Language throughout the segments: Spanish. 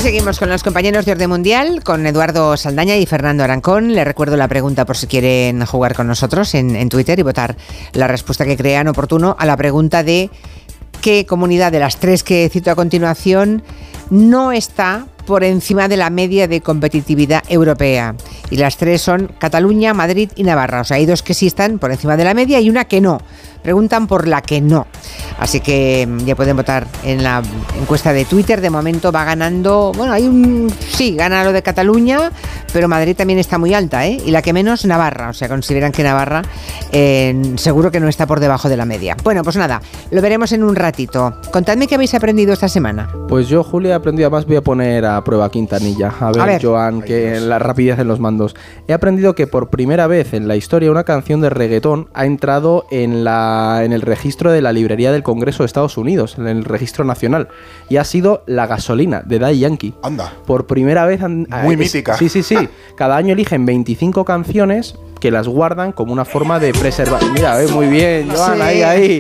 seguimos con los compañeros de Orden Mundial, con Eduardo Saldaña y Fernando Arancón. Les recuerdo la pregunta por si quieren jugar con nosotros en Twitter y votar la respuesta que crean oportuno a la pregunta de qué comunidad de las tres que cito a continuación no está por encima de la media de competitividad europea. Y las tres son Cataluña, Madrid y Navarra. O sea, hay dos que sí están por encima de la media y una que no. Preguntan por la que no. Así que ya pueden votar en la encuesta de Twitter. De momento va ganando, bueno, sí, gana lo de Cataluña, pero Madrid también está muy alta, ¿eh? Y la que menos, Navarra. O sea, consideran que Navarra seguro que no está por debajo de la media. Bueno, pues nada, lo veremos en un ratito. Contadme qué habéis aprendido esta semana. Pues yo, Julia, he aprendido, además voy a poner a prueba Quintanilla. A ver, Joan, que la rapidez en los mandos. He aprendido que por primera vez en la historia una canción de reggaetón ha entrado en el registro de la librería del Congreso de Estados Unidos, en el registro nacional, y ha sido La Gasolina, de Daddy Yankee. Anda. Por primera vez... Muy mítica. Sí. Cada año eligen 25 canciones que las guardan como una forma de preservar. Mira, muy bien, Joan, sí. ahí.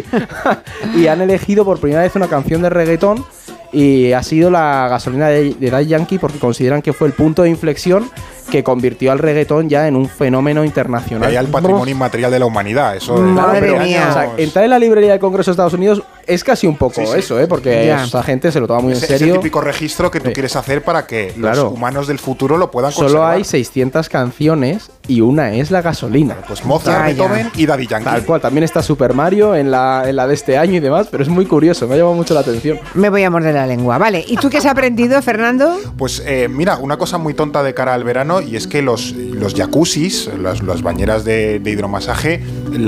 Y han elegido por primera vez una canción de reggaetón y ha sido La Gasolina de Daddy Yankee, porque consideran que fue el punto de inflexión que convirtió al reggaetón ya en un fenómeno internacional. Y al patrimonio inmaterial de la humanidad. Eso Madre mía. O sea, entrar en la librería del Congreso de Estados Unidos es casi un poco eso, porque esa gente se lo toma muy en serio. Es el típico registro que tú quieres hacer para que los humanos del futuro lo puedan conservar. Solo hay 600 canciones y una es La Gasolina. Pues Mozart, Beethoven y Daddy Yankee. Tal cual. También está Super Mario en la de este año y demás, pero es muy curioso, me ha llamado mucho la atención. Me voy a morder la lengua. Vale, ¿y tú qué has aprendido, Fernando? Pues mira, una cosa muy tonta de cara al verano, y es que los jacuzzis, las bañeras de hidromasaje,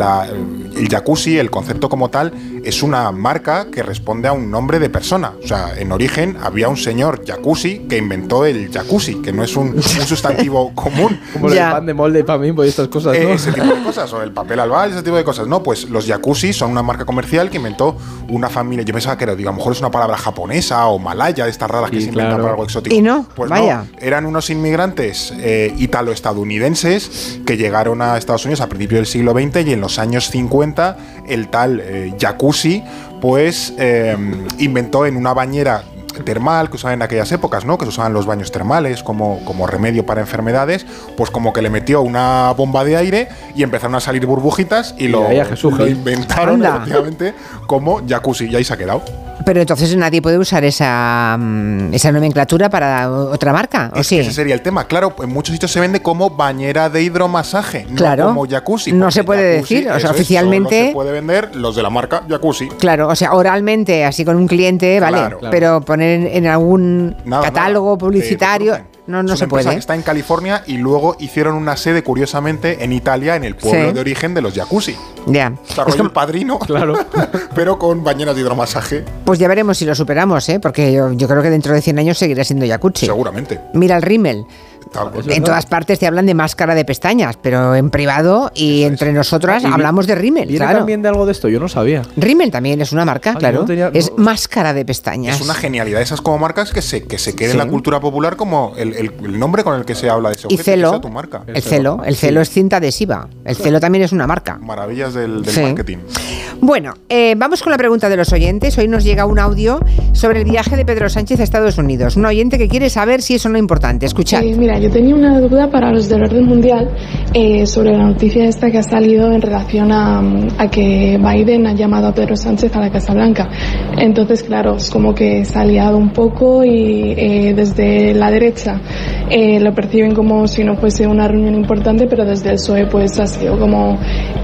el jacuzzi, el concepto como tal, es una marca que responde a un nombre de persona. O sea, en origen había un señor jacuzzi que inventó el jacuzzi, que no es un sustantivo común. Como el pan de molde, pan Bimbo y estas cosas, ¿no? Ese tipo de cosas, o el papel albal, ese tipo de cosas. No, pues los jacuzzi son una marca comercial que inventó una familia. Yo pensaba que era, digo, a lo mejor es una palabra japonesa o malaya, de estas raras que se inventan para algo exótico. Y no, pues vaya. No, eran unos inmigrantes italo-estadounidenses que llegaron a Estados Unidos a principios del siglo XX, y en los años 50 el tal jacuzzi pues inventó en una bañera termal que usaban en aquellas épocas, ¿no? Que se usaban los baños termales como remedio para enfermedades, pues como que le metió una bomba de aire y empezaron a salir burbujitas y lo inventaron efectivamente como jacuzzi, y ahí se ha quedado. Pero entonces nadie puede usar esa nomenclatura para otra marca, ¿o sí? Ese sería el tema. Claro, en muchos sitios se vende como bañera de hidromasaje, claro, no como jacuzzi. No se puede decir, o sea, oficialmente... Solo se puede vender los de la marca jacuzzi. Claro, o sea, oralmente, así con un cliente, vale, claro. Pero poner en algún catálogo publicitario... No se puede. Está en California y luego hicieron una sede, curiosamente, en Italia, en el pueblo de origen de los jacuzzi. Ya. Desarrolló el Padrino, claro, pero con bañeras de hidromasaje. Pues ya veremos si lo superamos, porque yo creo que dentro de 100 años seguirá siendo jacuzzi. Seguramente. Mira el rímel. En todas partes te hablan de máscara de pestañas, pero en privado y entre nosotras hablamos de rímel. ¿Viene también de algo de esto? Yo no sabía. Rímel también es una marca, claro. Es máscara de pestañas. Es una genialidad. Esas como marcas que se quede en la cultura popular como el nombre con el que se habla de ese objeto. Y Celo, que sea tu marca. El Celo es cinta adhesiva. El Celo también es una marca. Maravillas del marketing. Bueno, vamos con la pregunta de los oyentes. Hoy nos llega un audio sobre el viaje de Pedro Sánchez a Estados Unidos. Un oyente que quiere saber si es o no importante. Escuchad. Mira, yo tenía una duda para los del Orden Mundial sobre la noticia esta que ha salido en relación a que Biden ha llamado a Pedro Sánchez a la Casa Blanca. Entonces, claro, es como que se ha liado un poco y desde la derecha lo perciben como si no fuese una reunión importante, pero desde el PSOE pues ha sido como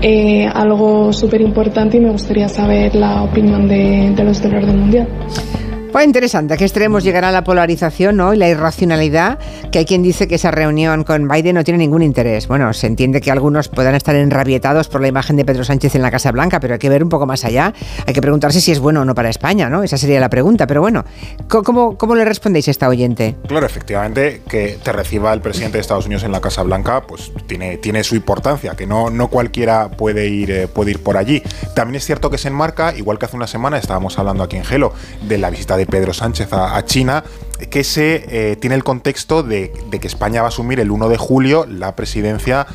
algo súper importante, y me gustaría saber la opinión de los del Orden Mundial. Pues interesante, ¿a qué extremos llegará la polarización, ¿no? Y la irracionalidad? Que hay quien dice que esa reunión con Biden no tiene ningún interés. Bueno, se entiende que algunos puedan estar enrabietados por la imagen de Pedro Sánchez en la Casa Blanca, pero hay que ver un poco más allá. Hay que preguntarse si es bueno o no para España, ¿no? Esa sería la pregunta. Pero bueno, ¿cómo le respondéis a esta oyente? Claro, efectivamente, que te reciba el presidente de Estados Unidos en la Casa Blanca, pues tiene su importancia, que no cualquiera puede ir por allí. También es cierto que se enmarca, igual que hace una semana estábamos hablando aquí en Gelo, de la visita de Pedro Sánchez a China, que se tiene el contexto de que España va a asumir el 1 de julio la presidencia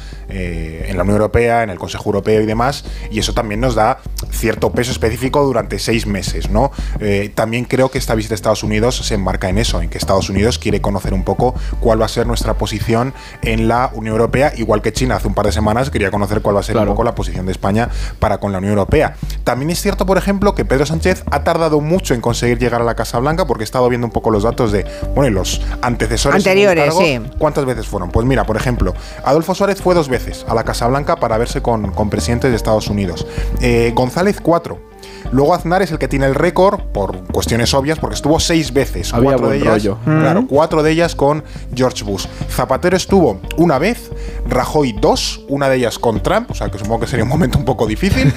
en la Unión Europea, en el Consejo Europeo y demás, y eso también nos da cierto peso específico durante 6 meses, ¿no? También creo que esta visita a Estados Unidos se enmarca en eso, en que Estados Unidos quiere conocer un poco cuál va a ser nuestra posición en la Unión Europea, igual que China hace un par de semanas quería conocer cuál va a ser un poco la posición de España para con la Unión Europea. También es cierto, por ejemplo, que Pedro Sánchez ha tardado mucho en conseguir llegar a la Casa Blanca, porque he estado viendo un poco los datos de, bueno, y los antecesores anteriores, cargo, sí. ¿cuántas veces fueron? Pues mira, por ejemplo, Adolfo Suárez fue 2 veces a la Casa Blanca para verse con presidentes de Estados Unidos. González 4. Luego Aznar es el que tiene el récord, por cuestiones obvias, porque estuvo 6 veces. Había 4 de buen ellas, rollo. claro, 4 de ellas con George Bush. Zapatero estuvo 1 vez, Rajoy 2, una de ellas con Trump, o sea que supongo que sería un momento un poco difícil.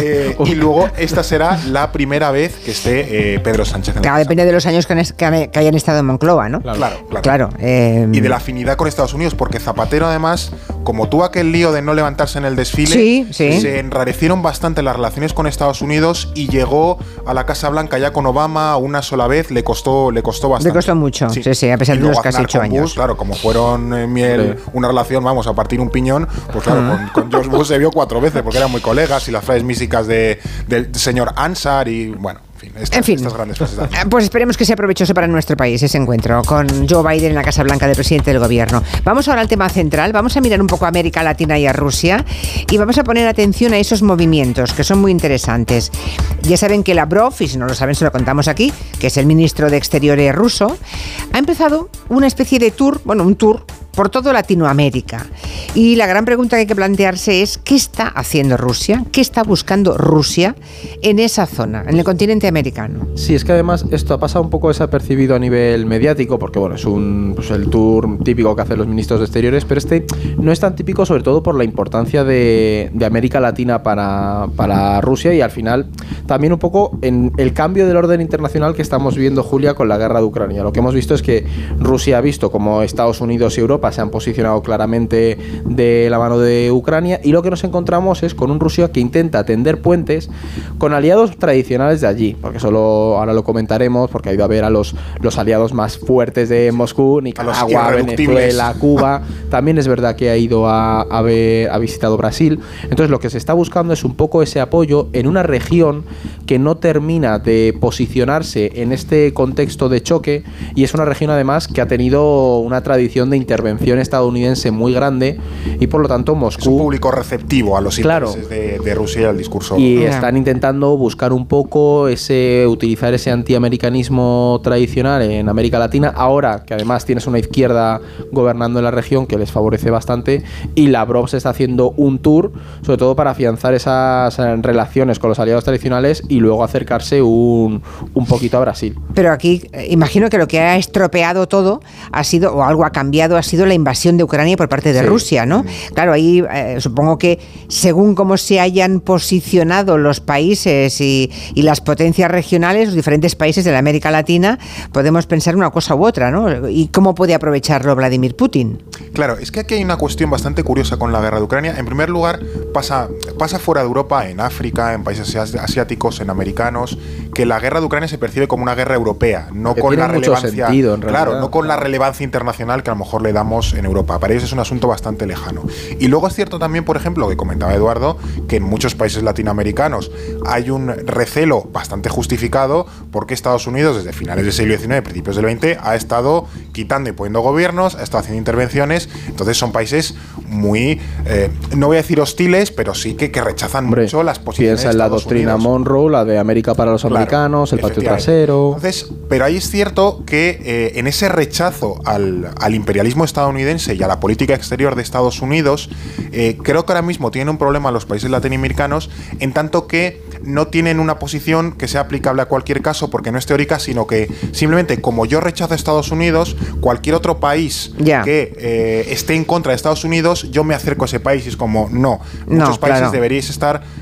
Y luego esta será la primera vez que esté Pedro Sánchez en la Claro, Casa. depende de los años que hayan estado en Moncloa, ¿no? Claro. Y de la afinidad con Estados Unidos, porque Zapatero además, como tuvo aquel lío de no levantarse en el desfile, se enrarecieron bastante las relaciones con Estados Unidos y llegó a la Casa Blanca ya con Obama una sola vez, le costó bastante. Le costó mucho, sí, a pesar de los casi 8 años. Bush, claro, como fueron una relación, vamos, a partir un piñón, pues claro, con George Bush se vio 4 veces, porque eran muy colegas, y las frases místicas del señor Ansar y, bueno, estas grandes frases. Pues esperemos que sea provechoso para nuestro país ese encuentro con Joe Biden en la Casa Blanca del presidente del gobierno. Vamos ahora al tema central, vamos a mirar un poco a América Latina y a Rusia y vamos a poner atención a esos movimientos que son muy interesantes. Ya saben que Lavrov, y si no lo saben se lo contamos aquí, que es el ministro de Exteriores ruso, ha empezado una especie de tour, un tour por todo Latinoamérica. Y la gran pregunta que hay que plantearse es ¿qué está haciendo Rusia? ¿Qué está buscando Rusia en esa zona, en el continente americano? Sí, es que además esto ha pasado un poco desapercibido a nivel mediático, porque bueno, es el tour típico que hacen los ministros de Exteriores, pero este no es tan típico, sobre todo por la importancia de América Latina para Rusia, y al final también un poco en el cambio del orden internacional que estamos viendo, Julia, con la guerra de Ucrania. Lo que hemos visto es que Rusia ha visto como Estados Unidos y Europa se han posicionado claramente de la mano de Ucrania, y lo que nos encontramos es con un Rusia que intenta tender puentes con aliados tradicionales de allí, porque ahora lo comentaremos, porque ha ido a ver a los aliados más fuertes de Moscú, Nicaragua, Venezuela, Cuba. También es verdad que ha ido ha visitado Brasil. Entonces lo que se está buscando es un poco ese apoyo en una región que no termina de posicionarse en este contexto de choque, y es una región además que ha tenido una tradición de intervención estadounidense muy grande, y por lo tanto Moscú es un público receptivo a los intereses de Rusia y al discurso. Y están intentando buscar un poco utilizar ese antiamericanismo tradicional en América Latina, ahora que además tienes una izquierda gobernando en la región que les favorece bastante, y Lavrov se está haciendo un tour sobre todo para afianzar esas relaciones con los aliados tradicionales y luego acercarse un poquito a Brasil. Pero aquí imagino que lo que ha estropeado todo ha sido, o algo ha cambiado, ha sido la invasión de Ucrania por parte de Rusia, ¿no? Claro, ahí supongo que según cómo se hayan posicionado los países y las potencias regionales, los diferentes países de la América Latina, podemos pensar una cosa u otra, ¿no? ¿Y cómo puede aprovecharlo Vladimir Putin? Claro, es que aquí hay una cuestión bastante curiosa con la guerra de Ucrania. En primer lugar, pasa fuera de Europa, en África, en países asiáticos, en americanos, que la guerra de Ucrania se percibe como una guerra europea, no con la relevancia, no con la relevancia internacional que a lo mejor le damos en Europa. Para ellos es un asunto bastante lejano. Y luego es cierto también, por ejemplo, que comentaba Eduardo, que en muchos países latinoamericanos hay un recelo bastante justificado porque Estados Unidos desde finales del siglo XIX, principios del XX, ha estado quitando y poniendo gobiernos, ha estado haciendo intervenciones. Entonces son países muy, no voy a decir hostiles, pero sí que rechazan mucho las posiciones piensa en la doctrina Monroe, la de América para los americanos, el patio trasero. Entonces, pero ahí es cierto que en ese rechazo al imperialismo estadounidense y a la política exterior de Estados Unidos, creo que ahora mismo tienen un problema los países latinoamericanos, en tanto que no tienen una posición que sea aplicable a cualquier caso, porque no es teórica, sino que simplemente como yo rechazo a Estados Unidos, cualquier otro país que esté en contra de Estados Unidos, yo me acerco a ese país, y es como, no, muchos países deberíais estar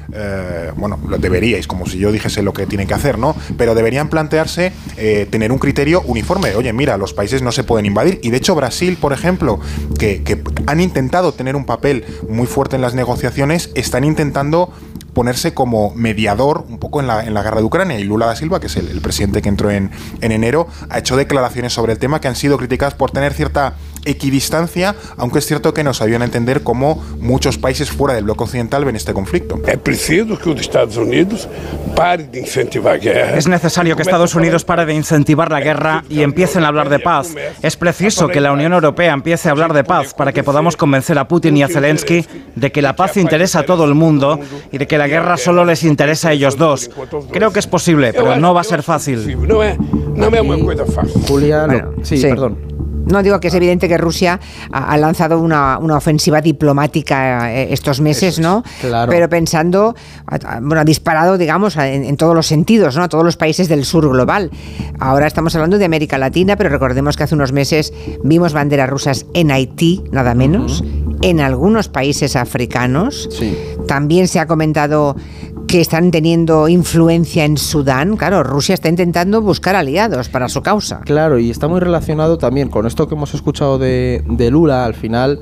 bueno, lo deberíais, como si yo dijese lo que tienen que hacer, ¿no? Pero deberían plantearse tener un criterio uniforme. Oye, mira, los países no se pueden invadir. Y de hecho Brasil, por ejemplo, que han intentado tener un papel muy fuerte en las negociaciones, están intentando ponerse como mediador un poco en la guerra de Ucrania, y Lula da Silva, que es el presidente que entró en enero, ha hecho declaraciones sobre el tema que han sido criticadas por tener cierta equidistancia, aunque es cierto que nos ayudan a entender cómo muchos países fuera del bloque occidental ven este conflicto. Es preciso que los Estados Unidos pare de incentivar guerra. Es necesario que Estados Unidos pare de incentivar la guerra y empiecen a hablar de paz. Es preciso que la Unión Europea empiece a hablar de paz para que podamos convencer a Putin y a Zelensky de que la paz interesa a todo el mundo y de que la guerra solo les interesa a ellos dos. Creo que es posible, pero no va a ser fácil. No es una cosa fácil. Julia, Bueno, sí, sí. perdón. No, digo que es evidente que Rusia ha lanzado una ofensiva diplomática estos meses, ¿no? Claro. Pero pensando, bueno, ha disparado, digamos, en todos los sentidos, ¿no? A todos los países del sur global. Ahora estamos hablando de América Latina, pero recordemos que hace unos meses vimos banderas rusas en Haití, nada menos, en algunos países africanos. Sí. También se ha comentado que están teniendo influencia en Sudán. Claro, Rusia está intentando buscar aliados para su causa. Claro, y está muy relacionado también con esto que hemos escuchado de Lula. Al final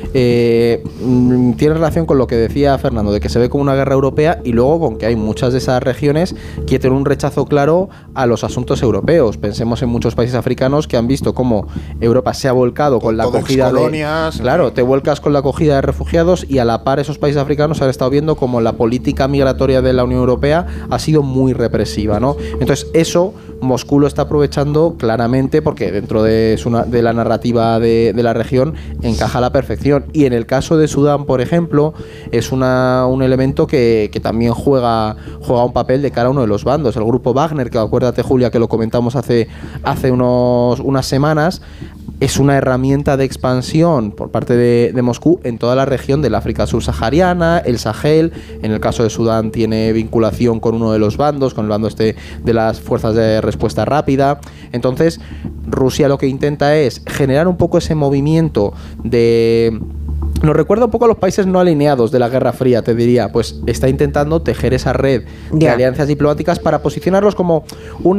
tiene relación con lo que decía Fernando, de que se ve como una guerra europea, y luego con que hay muchas de esas regiones que tienen un rechazo claro a los asuntos europeos. Pensemos en muchos países africanos que han visto cómo Europa se ha volcado con la acogida colonias, de... Claro, te vuelcas con la acogida de refugiados, y a la par esos países africanos han estado viendo como la política migratoria de la Unión Europea ha sido muy represiva, ¿no? Entonces eso Moscú lo está aprovechando claramente, porque dentro de la narrativa de la región encaja a la perfección. Y en el caso de Sudán, por ejemplo, es un elemento que también juega un papel de cara a uno de los bandos. El grupo Wagner, que acuérdate, Julia, que lo comentamos hace unas semanas, es una herramienta de expansión por parte de Moscú en toda la región del África subsahariana, el Sahel. En el caso de Sudán tiene vinculación con uno de los bandos, con el bando de las fuerzas de respuesta rápida. Entonces, Rusia lo que intenta es generar un poco ese movimiento de... Nos recuerda un poco a los países no alineados de la Guerra Fría, te diría. Pues está intentando tejer esa red de alianzas diplomáticas para posicionarlos como un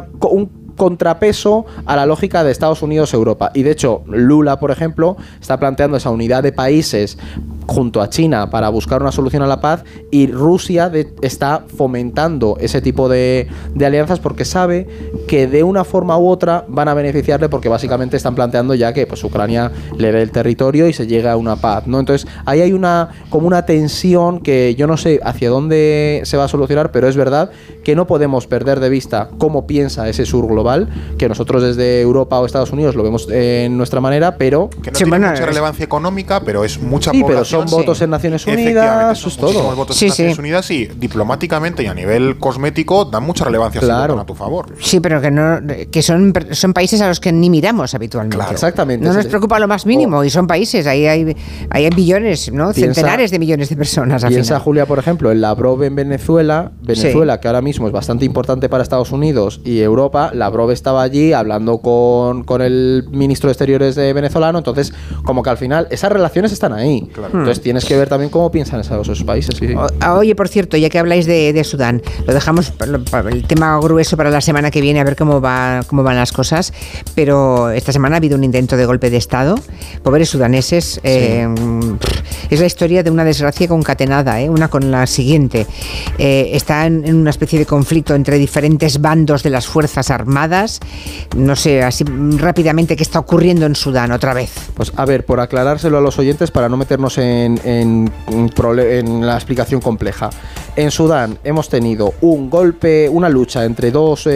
contrapeso a la lógica de Estados Unidos-Europa. Y de hecho, Lula, por ejemplo, está planteando esa unidad de países junto a China para buscar una solución a la paz, y Rusia está fomentando ese tipo de alianzas porque sabe que de una forma u otra van a beneficiarle, porque básicamente están planteando ya que pues Ucrania le dé el territorio y se llega a una paz, ¿no? Entonces ahí hay como una tensión que yo no sé hacia dónde se va a solucionar, pero es verdad que no podemos perder de vista cómo piensa ese sur global, que nosotros desde Europa o Estados Unidos lo vemos en nuestra manera, pero... Que no tiene mucha relevancia económica, pero es mucha población. Pero son votos en Naciones Unidas, eso es todo. Votos en Naciones Unidas, y diplomáticamente y a nivel cosmético dan mucha relevancia, a tu favor. Sí, pero que son países a los que ni miramos habitualmente. Claro. Exactamente. No nos preocupa lo más mínimo, y son países, ahí hay billones, ¿no? Centenares de millones de personas. Piensa, Julia, por ejemplo, en Lavrov en Venezuela, que ahora mismo es bastante importante para Estados Unidos y Europa. Lavrov estaba allí hablando con el ministro de Exteriores venezolano, entonces como que al final esas relaciones están ahí. Claro. Entonces tienes que ver también cómo piensan esos países. Sí. Oye, por cierto, ya que habláis de Sudán, lo dejamos el tema grueso para la semana que viene, a ver cómo van las cosas, pero esta semana ha habido un intento de golpe de Estado. Pobres sudaneses. Es la historia de una desgracia concatenada, una con la siguiente. Está en una especie de conflicto entre diferentes bandos de las Fuerzas Armadas. No sé, así rápidamente, ¿qué está ocurriendo en Sudán otra vez? Pues a ver, por aclarárselo a los oyentes, para no meternos en la explicación compleja. En Sudán hemos tenido una lucha entre dos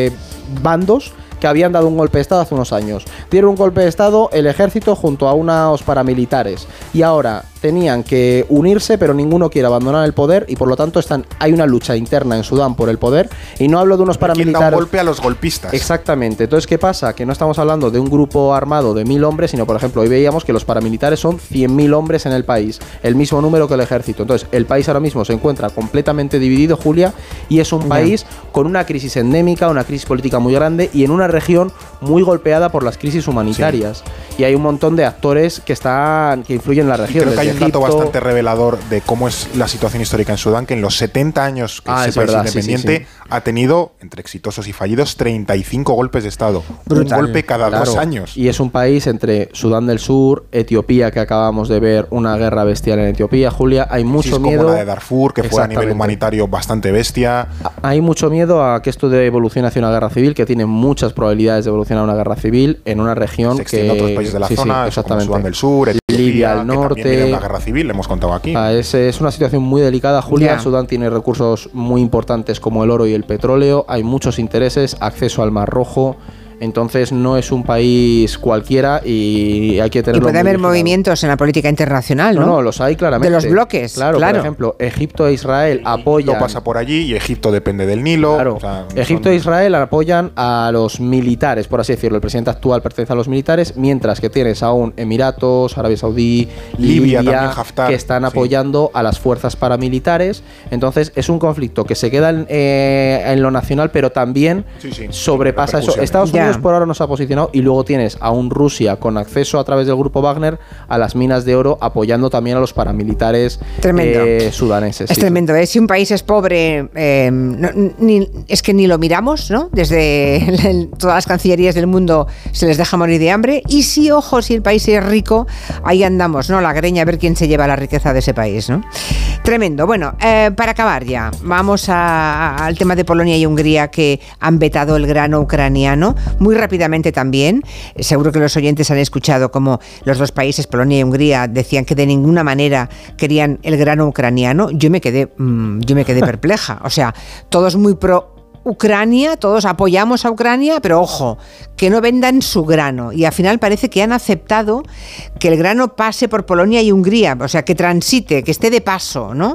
bandos que habían dado un golpe de Estado hace unos años. Dieron un golpe de Estado el ejército junto a unos paramilitares, y ahora tenían que unirse, pero ninguno quiere abandonar el poder, y por lo tanto hay una lucha interna en Sudán por el poder, y no hablo de unos paramilitares. ¿Quién da un golpe a los golpistas? Exactamente. Entonces, ¿qué pasa? Que no estamos hablando de un grupo armado de 1000 hombres, sino, por ejemplo, hoy veíamos que los paramilitares son 100.000 hombres en el país, el mismo número que el ejército. Entonces, el país ahora mismo se encuentra completamente dividido, Julia, y es un país con una crisis endémica, una crisis política muy grande, y en una región muy golpeada por las crisis humanitarias. Y hay un montón de actores que influyen en la región. Creo que hay un dato Egipto, bastante revelador de cómo es la situación histórica en Sudán, que en los 70 años que ese país independiente ha tenido, entre exitosos y fallidos, 35 golpes de Estado. Brutal. Un golpe cada 2 años. Y es un país entre Sudán del Sur, Etiopía, que acabamos de ver una guerra bestial en Etiopía, Julia. Hay mucho miedo. Como la de Darfur, que fue a nivel humanitario bastante bestia. Hay mucho miedo a que esto de evolucione hacia una guerra civil, que tiene muchas probabilidades de evolucionar a una guerra civil en una región se extiende a otros países de la zona, exactamente. Como Sudán del Sur, Etiopía, Libia al norte. Una guerra civil, le hemos contado aquí. Es una situación muy delicada, Julia. Ya. Sudán tiene recursos muy importantes como el oro y el petróleo. Hay muchos intereses, acceso al Mar Rojo. Entonces no es un país cualquiera y hay que tenerlo. Y puede haber vigilado. movimientos en la política internacional, ¿no? No, los hay claramente. De los bloques, claro. Por ejemplo, Egipto e Israel apoyan. Egipto pasa por allí y Egipto depende del Nilo. Claro. O sea, Egipto e Israel apoyan a los militares, por así decirlo. El presidente actual pertenece a los militares, mientras que tienes aún Emiratos, Arabia Saudí, Libia también, Haftar, que están sí. apoyando a las fuerzas paramilitares. Entonces es un conflicto que se queda en lo nacional, pero también sobrepasa eso. Repercusiones. Estados Unidos Ya. por ahora no se ha posicionado y luego tienes a un Rusia con acceso a través del grupo Wagner a las minas de oro, apoyando también a los paramilitares sudaneses. Es tremendo, ¿eh? Si un país es pobre, es que ni lo miramos, ¿no? Desde todas las cancillerías del mundo se les deja morir de hambre. Y si, ojo, si el país es rico, ahí andamos, ¿no? La greña a ver quién se lleva la riqueza de ese país, ¿no? Tremendo. Bueno, para acabar ya, vamos al tema de Polonia y Hungría, que han vetado el grano ucraniano. Muy rápidamente también, seguro que los oyentes han escuchado cómo los dos países, Polonia y Hungría, decían que de ninguna manera querían el grano ucraniano. Yo me quedé perpleja. O sea, todos muy pro Ucrania, todos apoyamos a Ucrania, pero ojo, que no vendan su grano. Y al final parece que han aceptado que el grano pase por Polonia y Hungría, o sea, que transite, que esté de paso, ¿no?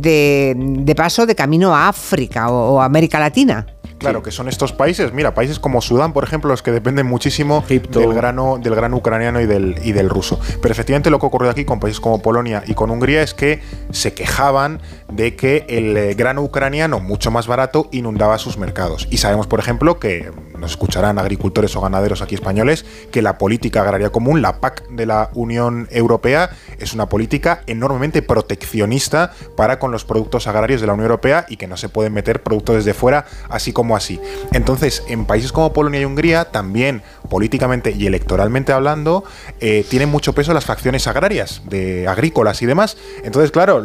De paso de camino a África o América Latina. Claro, que son estos países, mira, países como Sudán, por ejemplo, los que dependen muchísimo Egipto. del grano ucraniano y del ruso. Pero efectivamente lo que ocurrió aquí con países como Polonia y con Hungría es que se quejaban de que el grano ucraniano, mucho más barato, inundaba sus mercados. Y sabemos, por ejemplo, que nos escucharán agricultores o ganaderos aquí españoles, que la política agraria común, la PAC de la Unión Europea, es una política enormemente proteccionista para con los productos agrarios de la Unión Europea y que no se pueden meter productos desde fuera, así como así. Entonces, en países como Polonia y Hungría, también políticamente y electoralmente hablando, tienen mucho peso las facciones agrarias, agrícolas y demás. Entonces, claro,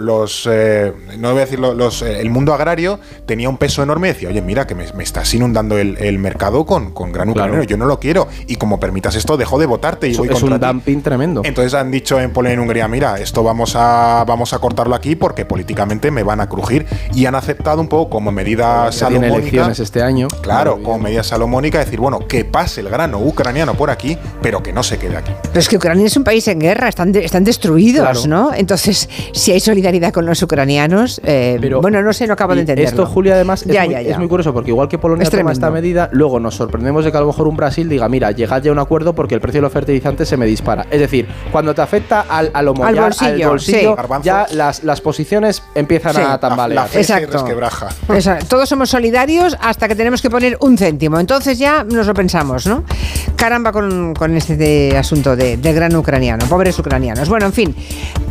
no voy a decir el mundo agrario tenía un peso enorme y decía, oye, mira, que me estás inundando el mercado con grano ucraniano, yo no lo quiero. Y como permitas esto, dejo de votarte y voy contra ti. Es un dumping tremendo. Entonces han dicho en Polonia y Hungría, mira, esto vamos a cortarlo aquí porque políticamente me van a crujir. Y han aceptado un poco como medida salomónica. Tiene elecciones este año. Claro, como medida salomónica, decir, bueno, que pase el grano ucraniano por aquí, pero que no se quede aquí. Pero es que Ucrania es un país en guerra, están destruidos, claro, ¿no? Entonces, si hay solidaridad con los ucranianos, pero, bueno, no sé, no acabo de entenderlo. Esto, Julia, además, es muy curioso, porque igual que Polonia toma esta medida, luego nos sorprendemos de que a lo mejor un Brasil diga, mira, llegad ya a un acuerdo porque el precio de los fertilizantes se me dispara. Es decir, cuando te afecta al bolsillo, sí, ya las posiciones empiezan a tambalear. Exacto. Todos somos solidarios hasta que tenemos que poner un céntimo. Entonces ya nos lo pensamos, ¿no? Caramba con este asunto del grano ucraniano. Pobres ucranianos. Bueno, en fin.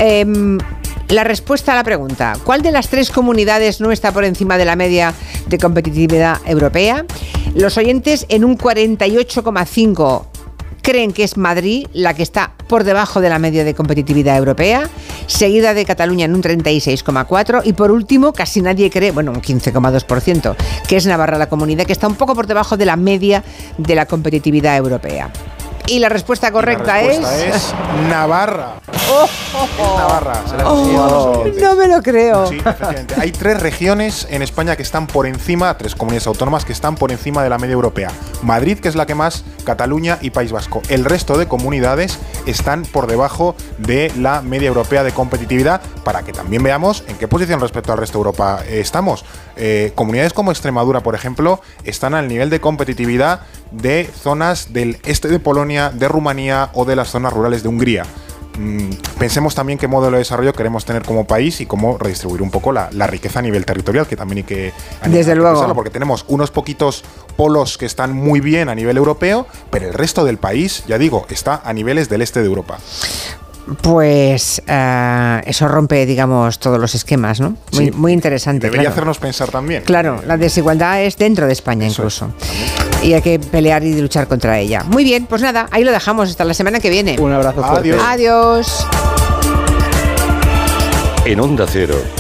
La respuesta a la pregunta, ¿cuál de las tres comunidades no está por encima de la media de competitividad europea? Los oyentes en un 48,5% creen que es Madrid la que está por debajo de la media de competitividad europea, seguida de Cataluña en un 36,4% y por último casi nadie cree, bueno, un 15,2%, que es Navarra la comunidad que está un poco por debajo de la media de la competitividad europea. Y la respuesta correcta es Navarra. Navarra. No me lo creo. Sí, efectivamente. Hay 3 regiones en España que están por encima, 3 comunidades autónomas que están por encima de la media europea. Madrid, que es la que más, Cataluña y País Vasco. El resto de comunidades están por debajo de la media europea de competitividad, para que también veamos en qué posición respecto al resto de Europa estamos. Comunidades como Extremadura, por ejemplo, están al nivel de competitividad de zonas del este de Polonia, de Rumanía o de las zonas rurales de Hungría. Pensemos también qué modelo de desarrollo queremos tener como país y cómo redistribuir un poco la riqueza a nivel territorial, que también hay que desde luego pensarlo, porque tenemos unos poquitos polos que están muy bien a nivel europeo, pero el resto del país, ya digo, está a niveles del este de Europa. pues eso rompe, digamos, todos los esquemas, ¿no? Muy, Sí. muy interesante. Debería claro. hacernos pensar también. Claro, la desigualdad es dentro de España incluso. Y hay que pelear y luchar contra ella. Muy bien, pues nada, ahí lo dejamos. Hasta la semana que viene. Un abrazo fuerte. Adiós. Adiós. En Onda Cero,